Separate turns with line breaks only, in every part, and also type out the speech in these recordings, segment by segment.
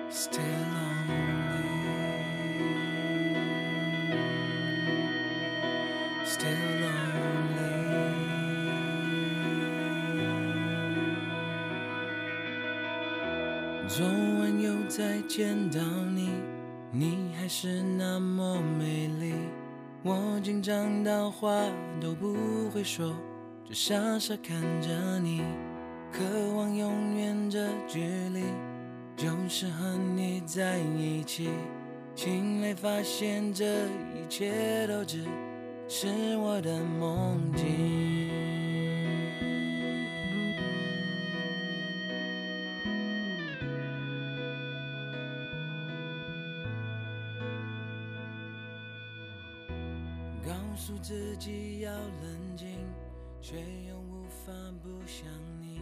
Still lonely, still lonely. 昨晚又再见到你，你还是那么美丽，我紧张到话都不会说，只傻傻看着你，渴望永远这距离，就是和你在一起，醒来发现这一切都只是我的梦境。告诉自己要冷静，却又无法不想你。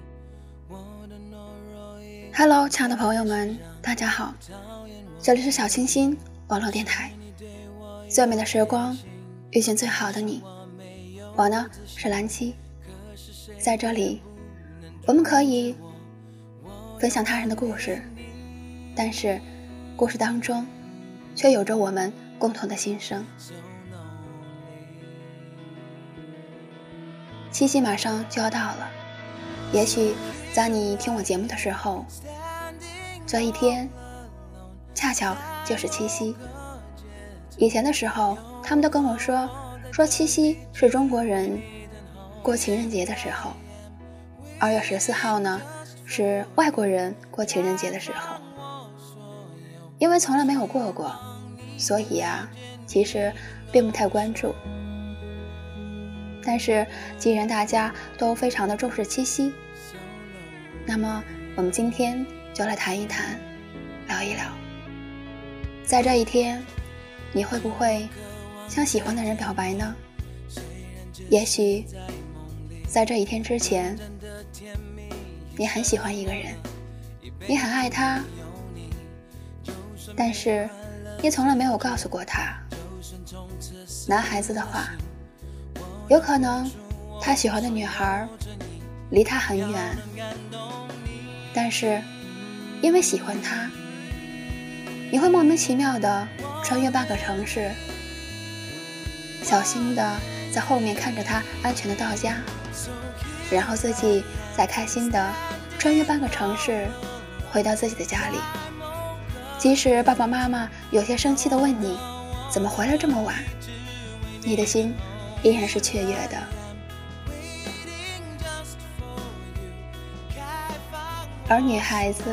Hello， 亲爱的朋友们，大家好，这里是小清新网络电台，最美的时光遇见最好的你。我呢是蓝七，在这里我们可以分享他人的故事，但是故事当中却有着我们共同的心声。七夕马上就要到了，也许在你听我节目的时候，这一天恰巧就是七夕。以前的时候他们都跟我说七夕是中国人过情人节的时候，2月14号呢是外国人过情人节的时候。因为从来没有过，所以其实并不太关注。但是既然大家都非常的重视七夕，那么我们今天就来谈一谈，聊一聊，在这一天你会不会向喜欢的人表白呢？也许在这一天之前，你很喜欢一个人，你很爱他，但是你从来没有告诉过他。男孩子的话，有可能他喜欢的女孩离他很远，但是因为喜欢他，你会莫名其妙地穿越半个城市，小心地在后面看着他安全地到家，然后自己再开心地穿越半个城市回到自己的家里。即使爸爸妈妈有些生气地问你怎么回来这么晚，你的心依然是雀跃的。而女孩子，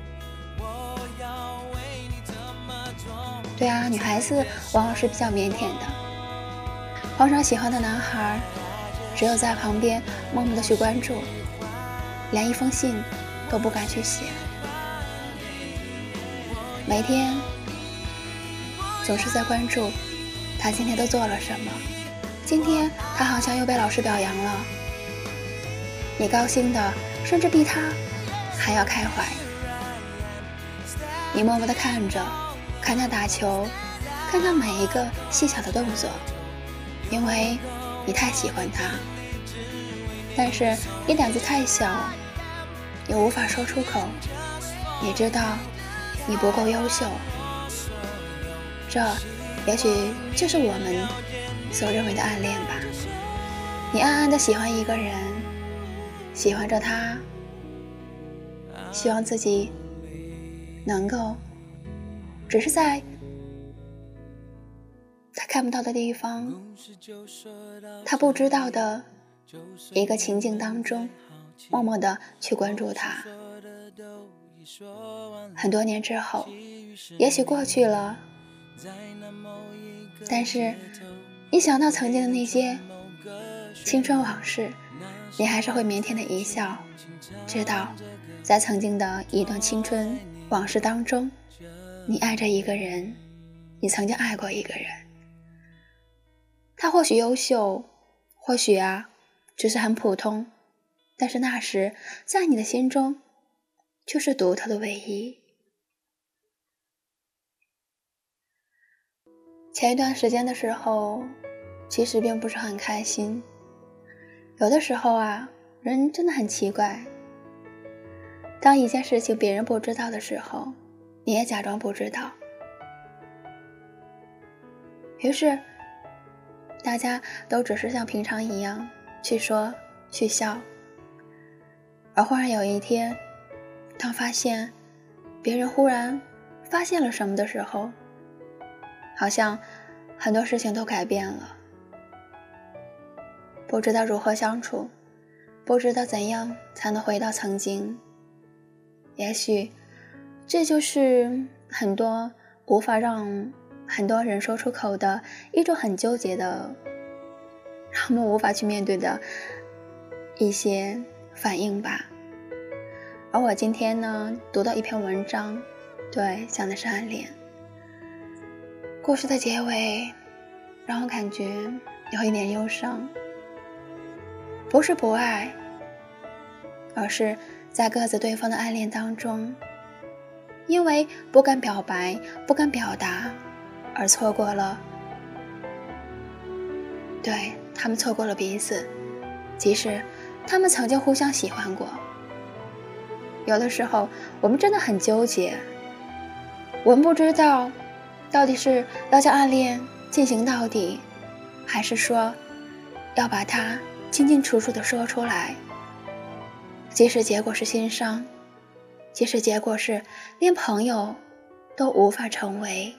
对女孩子往往是比较腼腆的，碰上喜欢的男孩，只有在旁边默默地去关注，连一封信都不敢去写。每天总是在关注他今天都做了什么，今天他好像又被老师表扬了，你高兴的甚至比他还要开怀。你默默地看着，看他打球，看他每一个细小的动作，因为你太喜欢他，但是你胆子太小，也无法说出口。你知道你不够优秀，这也许就是我们所认为的暗恋吧。你暗暗地喜欢一个人，喜欢着他，希望自己能够只是在他看不到的地方，他不知道的一个情境当中，默默地去关注他。很多年之后，也许过去了，但是一想到曾经的那些青春往事，你还是会腼腆的一笑，知道在曾经的一段青春往事当中，你爱着一个人，你曾经爱过一个人。他或许优秀，或许只是很普通，但是那时在你的心中就是独特的唯一。前一段时间的时候，其实并不是很开心。有的时候人真的很奇怪，当一件事情别人不知道的时候， 你也假装不知道。于是大家都只是像平常一样去说去笑，而忽然有一天，当发现别人忽然发现了什么的时候，好像很多事情都改变了，不知道如何相处，不知道怎样才能回到曾经。也许这就是很多无法让很多人说出口的一种很纠结的，让我们无法去面对的一些反应吧。而我今天呢，读到一篇文章，对，讲的是暗恋。故事的结尾让我感觉有一点忧伤，不是不爱，而是在各自对方的暗恋当中，因为不敢表白，不敢表达，而错过了，对，他们错过了彼此，即使他们曾经互相喜欢过。有的时候我们真的很纠结，我们不知道到底是要将暗恋进行到底，还是说要把它清清楚楚地说出来，即使结果是心伤，即使结果是连朋友都无法成为。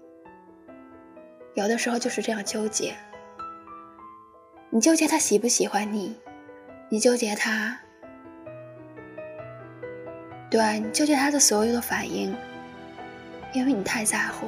有的时候就是这样纠结，你纠结他喜不喜欢你，你纠结他，对，你纠结他的所有的反应，因为你太在乎。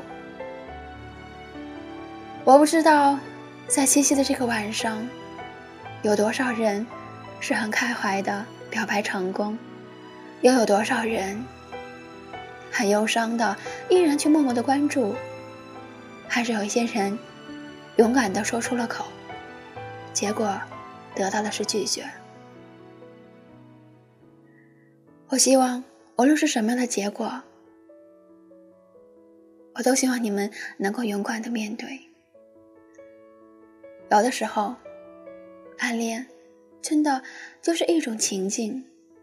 我不知道在七夕的这个晚上，有多少人是很开怀的表白成功，又有多少人很忧伤的依然去默默的关注，还是有一些人勇敢的说出了口，结果得到的是拒绝。我希望无论是什么样的结果，我都希望你们能够勇敢的面对。有的时候暗恋真的就是一种情境，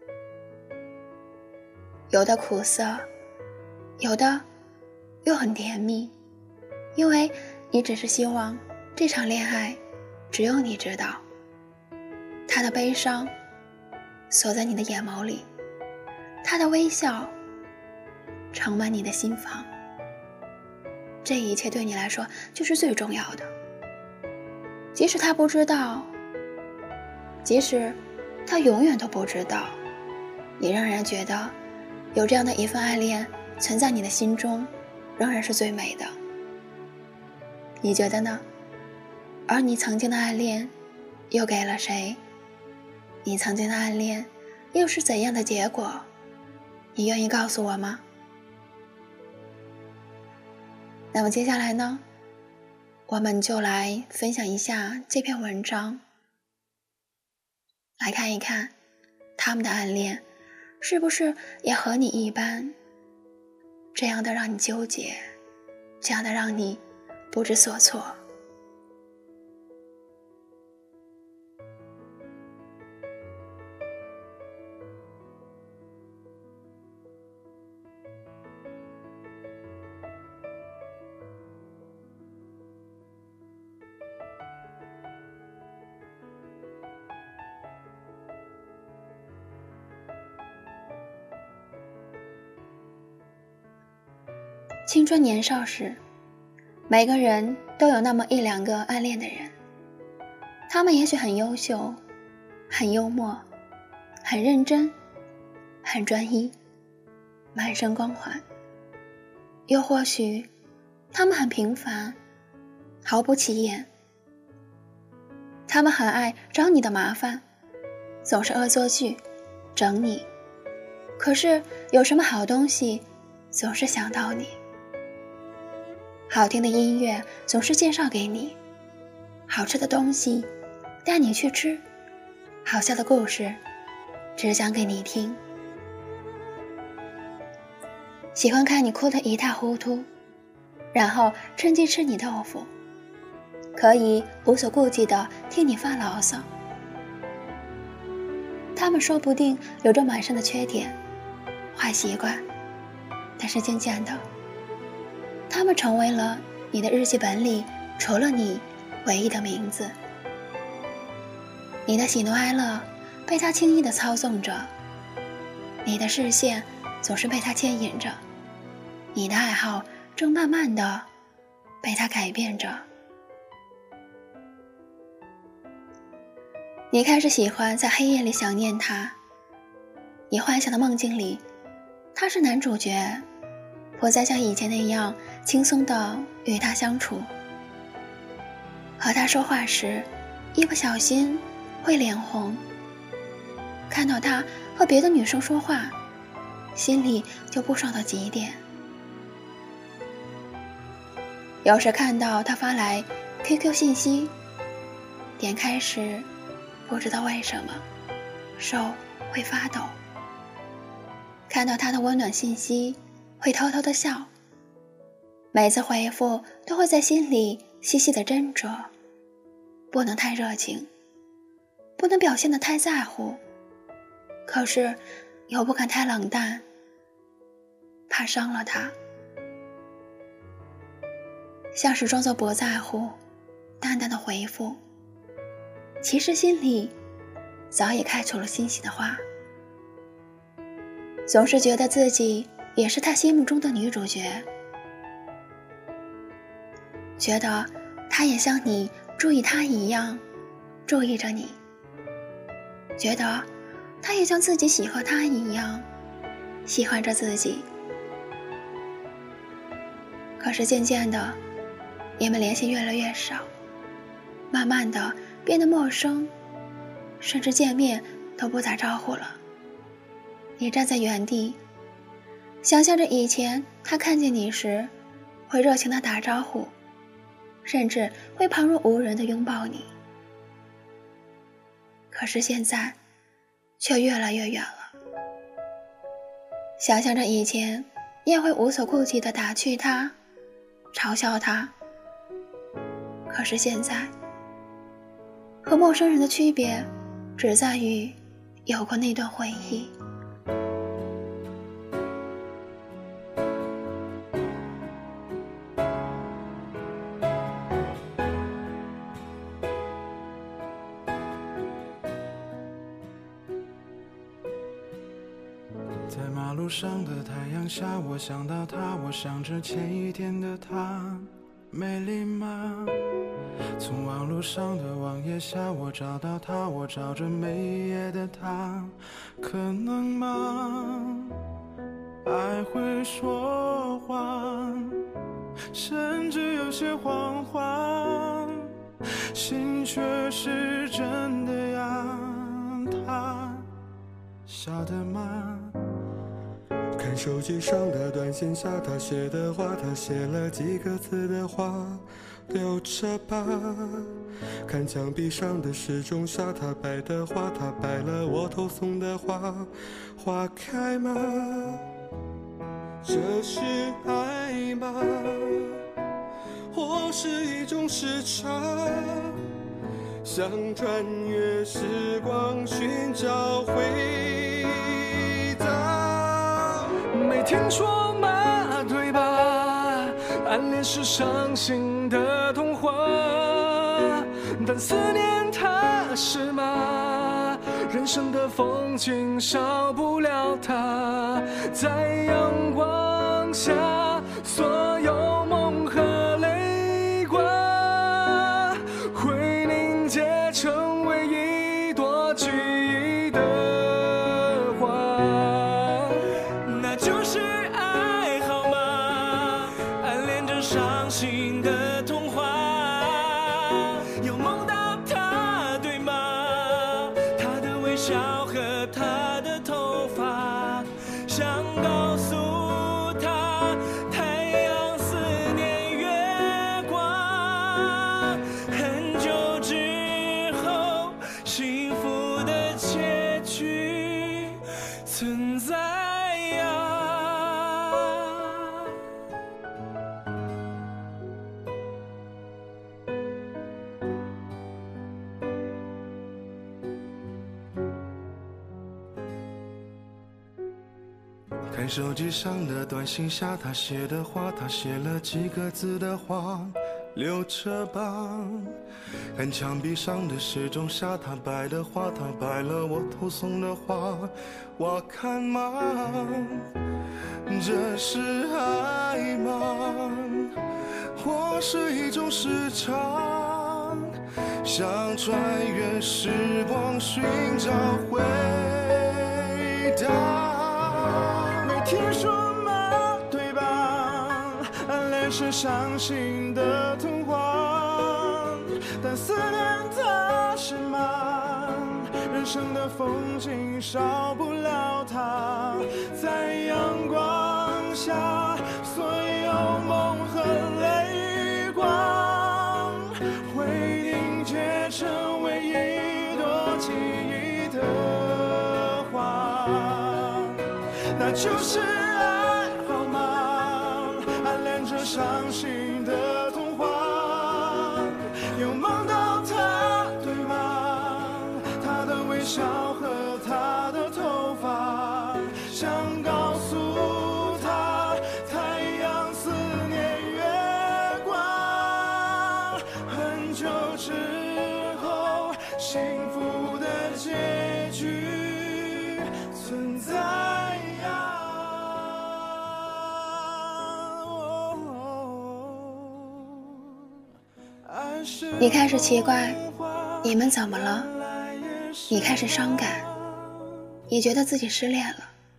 有的苦涩，有的又很甜蜜，因为你只是希望这场恋爱只有你知道，他的悲伤锁在你的眼眸里，他的微笑盛满你的心房，这一切对你来说就是最重要的。即使他不知道，即使他永远都不知道，你仍然觉得有这样的一份爱恋存在你的心中，仍然是最美的。你觉得呢？而你曾经的暗恋又给了谁？你曾经的暗恋又是怎样的结果？你愿意告诉我吗？那么接下来呢，我们就来分享一下这篇文章，来看一看他们的暗恋是不是也和你一般，这样的让你纠结，这样的让你不知所措。青春年少时，每个人都有那么一两个暗恋的人，他们也许很优秀，很幽默，很认真，很专一，满身光环。又或许他们很平凡，毫不起眼，他们很爱找你的麻烦，总是恶作剧整你，可是有什么好东西总是想到你，好听的音乐总是介绍给你，好吃的东西带你去吃，好笑的故事只讲给你听，喜欢看你哭得一塌糊涂，然后趁机吃你豆腐，可以无所顾忌地听你发牢骚。他们说不定有着满身的缺点、坏习惯， 但是渐渐的，他们成为了你的日记本里除了你唯一的名字。你的喜怒哀乐被他轻易地操纵着，你的视线总是被他牵引着，你的爱好正慢慢地被他改变着。你开始喜欢在黑夜里想念他，你幻想的梦境里，他是男主角，不再像以前那样轻松地与他相处。和他说话时，一不小心会脸红，看到他和别的女生说话，心里就不爽到极点。有时看到他发来 QQ 信息，点开时不知道为什么手会发抖，看到他的温暖信息会偷偷的笑，每次回复都会在心里细细的斟酌，不能太热情，不能表现得太在乎，可是又不敢太冷淡，怕伤了他。像是装作不在乎，淡淡的回复，其实心里早已开出了欣喜的花。总是觉得自己也是他心目中的女主角，觉得他也像你注意他一样注意着你，觉得他也像自己喜欢他一样喜欢着自己。可是渐渐的，你们联系越来越少，慢慢的变得陌生，甚至见面都不打招呼了。你站在原地，想象着以前他看见你时会热情的打招呼，甚至会旁若无人的拥抱你。可是现在却越来越远了。想象着以前你也会无所顾忌的打趣他，嘲笑他，可是现在和陌生人的区别只在于有过那段回忆。
在马路上的太阳下，我想到她，我想着前一天的她美丽吗？从网路上的网页下，我找到她，我找着每一页的她，可能吗？爱会说谎，甚至有些谎话，心却是真的呀，她晓得吗？看手机上的短信下，他写的话，他写了几个字的话，留着吧。看墙壁上的时钟下，他摆的花，他摆了我偷送的花，花开吗？这是爱吗？或是一种时差，想穿越时光寻找回答。没听说嘛，对吧？暗恋是伤心的童话，但思念它是吗？人生的风景少不了它，在阳光下，所有梦和泪光会凝结成为一朵记忆的花。那就是爱好吗？暗恋着伤心的童话，有梦到他对吗？他的微笑和他的头发，想告诉他看手机上的短信下他写的话，他写了几个字的话留着吧。看墙壁上的时钟下他摆的花，他摆了我偷送的花，我看吗？这是爱吗？或是一种时长，想穿越时光寻找回答。
没听说吗？对吧？暗恋是伤心的童话，但思念它是吗？人生的风景少不了它，在阳光下，所有梦和泪光会凝结成为一朵记忆的花，那就是爱好吗？暗恋着伤心的童话，有梦到他，对吗？他的微笑和他的头发，想告诉他，太阳思念月光，很久之后，幸福的结局存在呀。
你开始奇怪你们怎么了，你开始伤感，你觉得自己失恋了，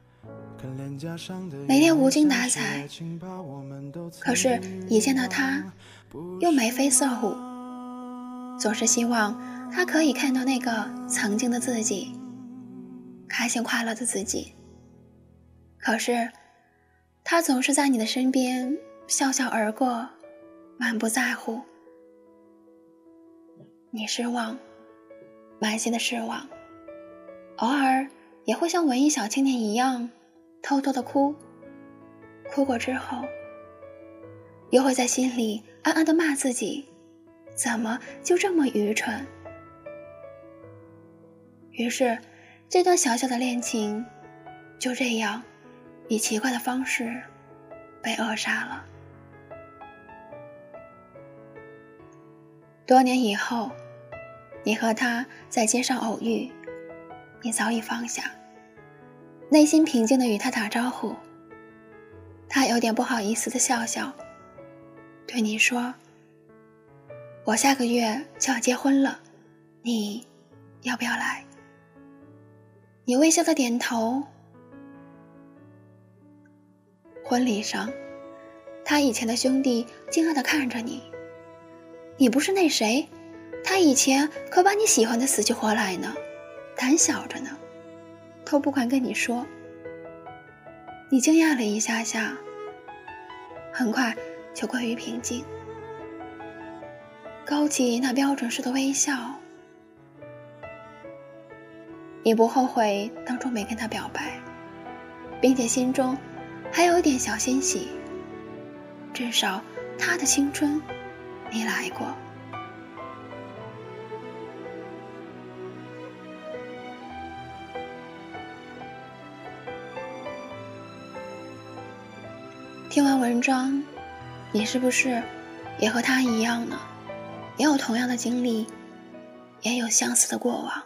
每天无精打采，可是一见到他又眉飞色舞，总是希望他可以看到那个曾经的自己，开心快乐的自己，可是他总是在你的身边笑笑而过，满不在乎。你失望，满心的失望，偶尔也会像文艺小青年一样偷偷的哭，哭过之后又会在心里暗暗的骂自己，怎么就这么愚蠢。于是这段小小的恋情就这样以奇怪的方式被扼杀了。多年以后，你和他在街上偶遇，你早已放下，内心平静地与他打招呼。他有点不好意思地笑笑，对你说，我下个月就要结婚了，你要不要来？你微笑地点头。婚礼上，他以前的兄弟惊讶地看着你，你不是那谁？他以前可把你喜欢的死去活来呢，胆小着呢，都不敢跟你说。你惊讶了一下下，很快就归于平静，勾起那标准式的微笑。你不后悔当初没跟他表白，并且心中还有一点小欣喜，至少他的青春你来过。听完文章，你是不是也和他一样呢？也有同样的经历，也有相似的过往，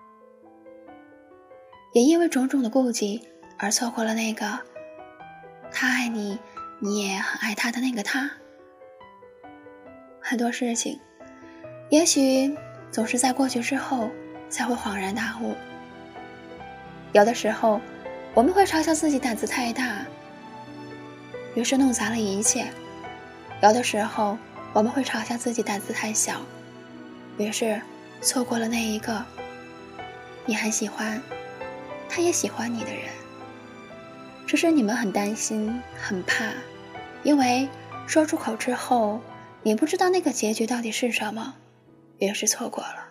也因为种种的顾忌而错过了那个他爱你，你也很爱他的那个他。很多事情也许总是在过去之后才会恍然大悟。有的时候我们会嘲笑自己胆子太大，于是弄砸了一切。有的时候我们会嘲笑自己胆子太小，于是错过了那一个你很喜欢，他也喜欢你的人。只是你们很担心，很怕，因为说出口之后你不知道那个结局到底是什么，于是错过了。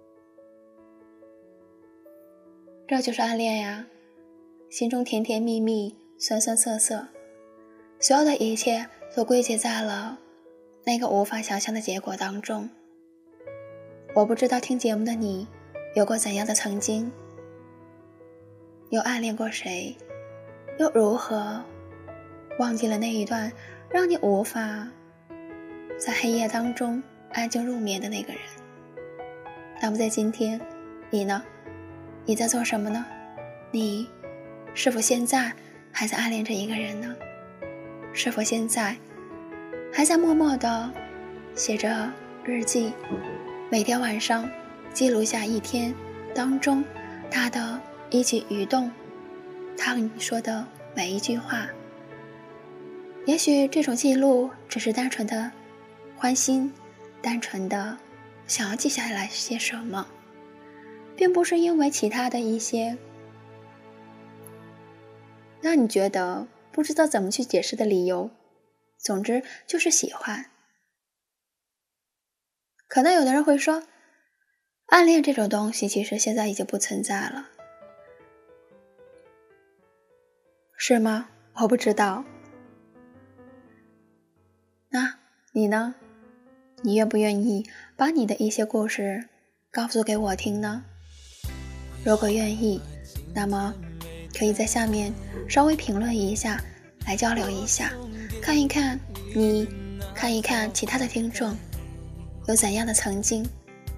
这就是暗恋呀，心中甜甜蜜蜜，酸酸涩涩，所有的一切都归结在了那个无法想象的结果当中。我不知道听节目的你有过怎样的曾经，有暗恋过谁， 又如何忘记了那一段让你无法在黑夜当中安静入眠的那个人？那么在今天，你呢？你在做什么呢？你是否现在还在暗恋着一个人呢？是否现在还在默默地写着日记，每天晚上记录下一天当中他的一举一动，他和你说的每一句话？也许这种记录只是单纯的欢心，单纯的想要记下来些什么，并不是因为其他的一些让你觉得不知道怎么去解释的理由。总之就是喜欢。可能有的人会说，暗恋这种东西其实现在已经不存在了，是吗？我不知道。那你呢？你愿不愿意把你的一些故事告诉给我听呢？如果愿意，那么可以在下面稍微评论一下，来交流一下，看一看你，看一看其他的听众有怎样的曾经。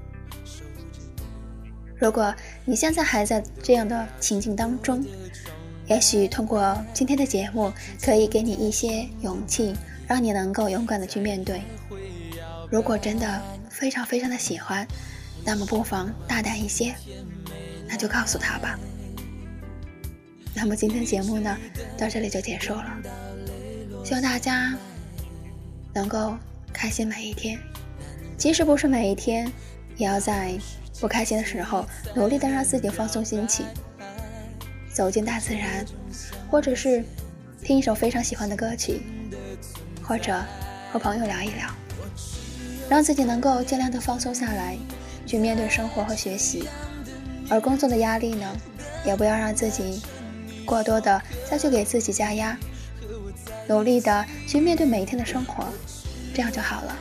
如果你现在还在这样的情境当中，也许通过今天的节目可以给你一些勇气，让你能够勇敢的去面对。如果真的非常非常的喜欢，那么不妨大胆一些，那就告诉他吧。那么今天的节目呢，到这里就结束了。希望大家能够开心每一天，即使不是每一天，也要在不开心的时候努力的让自己放松心情，走进大自然，或者是听一首非常喜欢的歌曲，或者和朋友聊一聊，让自己能够尽量的放松下来，去面对生活和学习。而工作的压力呢，也不要让自己过多的再去给自己加压，努力的去面对每一天的生活，这样就好了。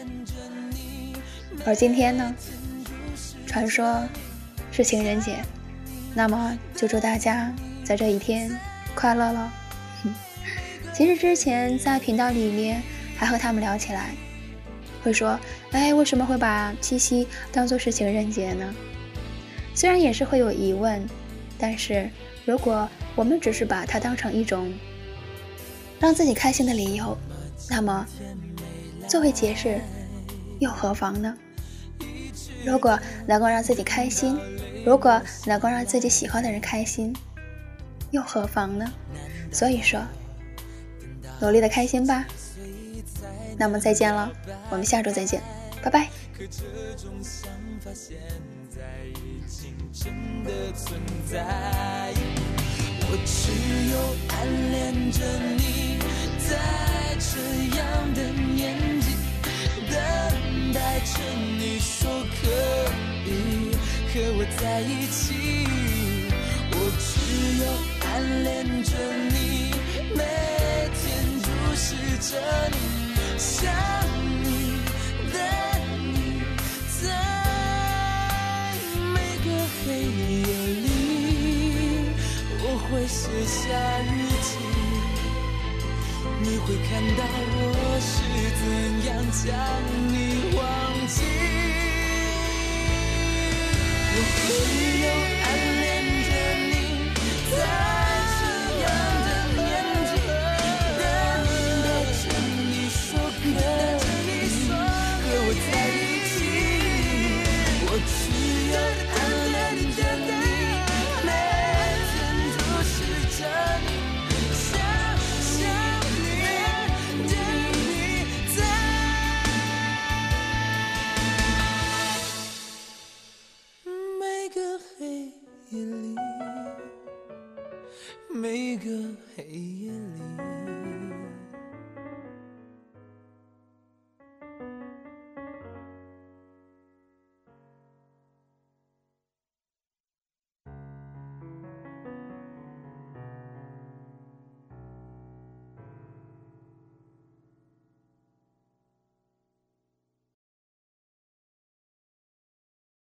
而今天呢，传说是情人节，那么就祝大家在这一天快乐了。其实之前在频道里面还和他们聊起来，会说为什么会把七夕当作是情人节呢？虽然也是会有疑问，但是如果我们只是把它当成一种让自己开心的理由，那么作为节日又何妨呢？如果能够让自己开心，如果能够让自己喜欢的人开心，又何妨呢？所以说努力的开心吧。那么再见了，我们下周再见，拜拜。可这种想法现在已经真的存在，我只有暗恋着你，在这样的年纪，等待着你说可以和我在一起。我只有暗恋着你，每天注视着你，想你等你，在每个黑夜里，我会写下日记，你会看到我是怎样将你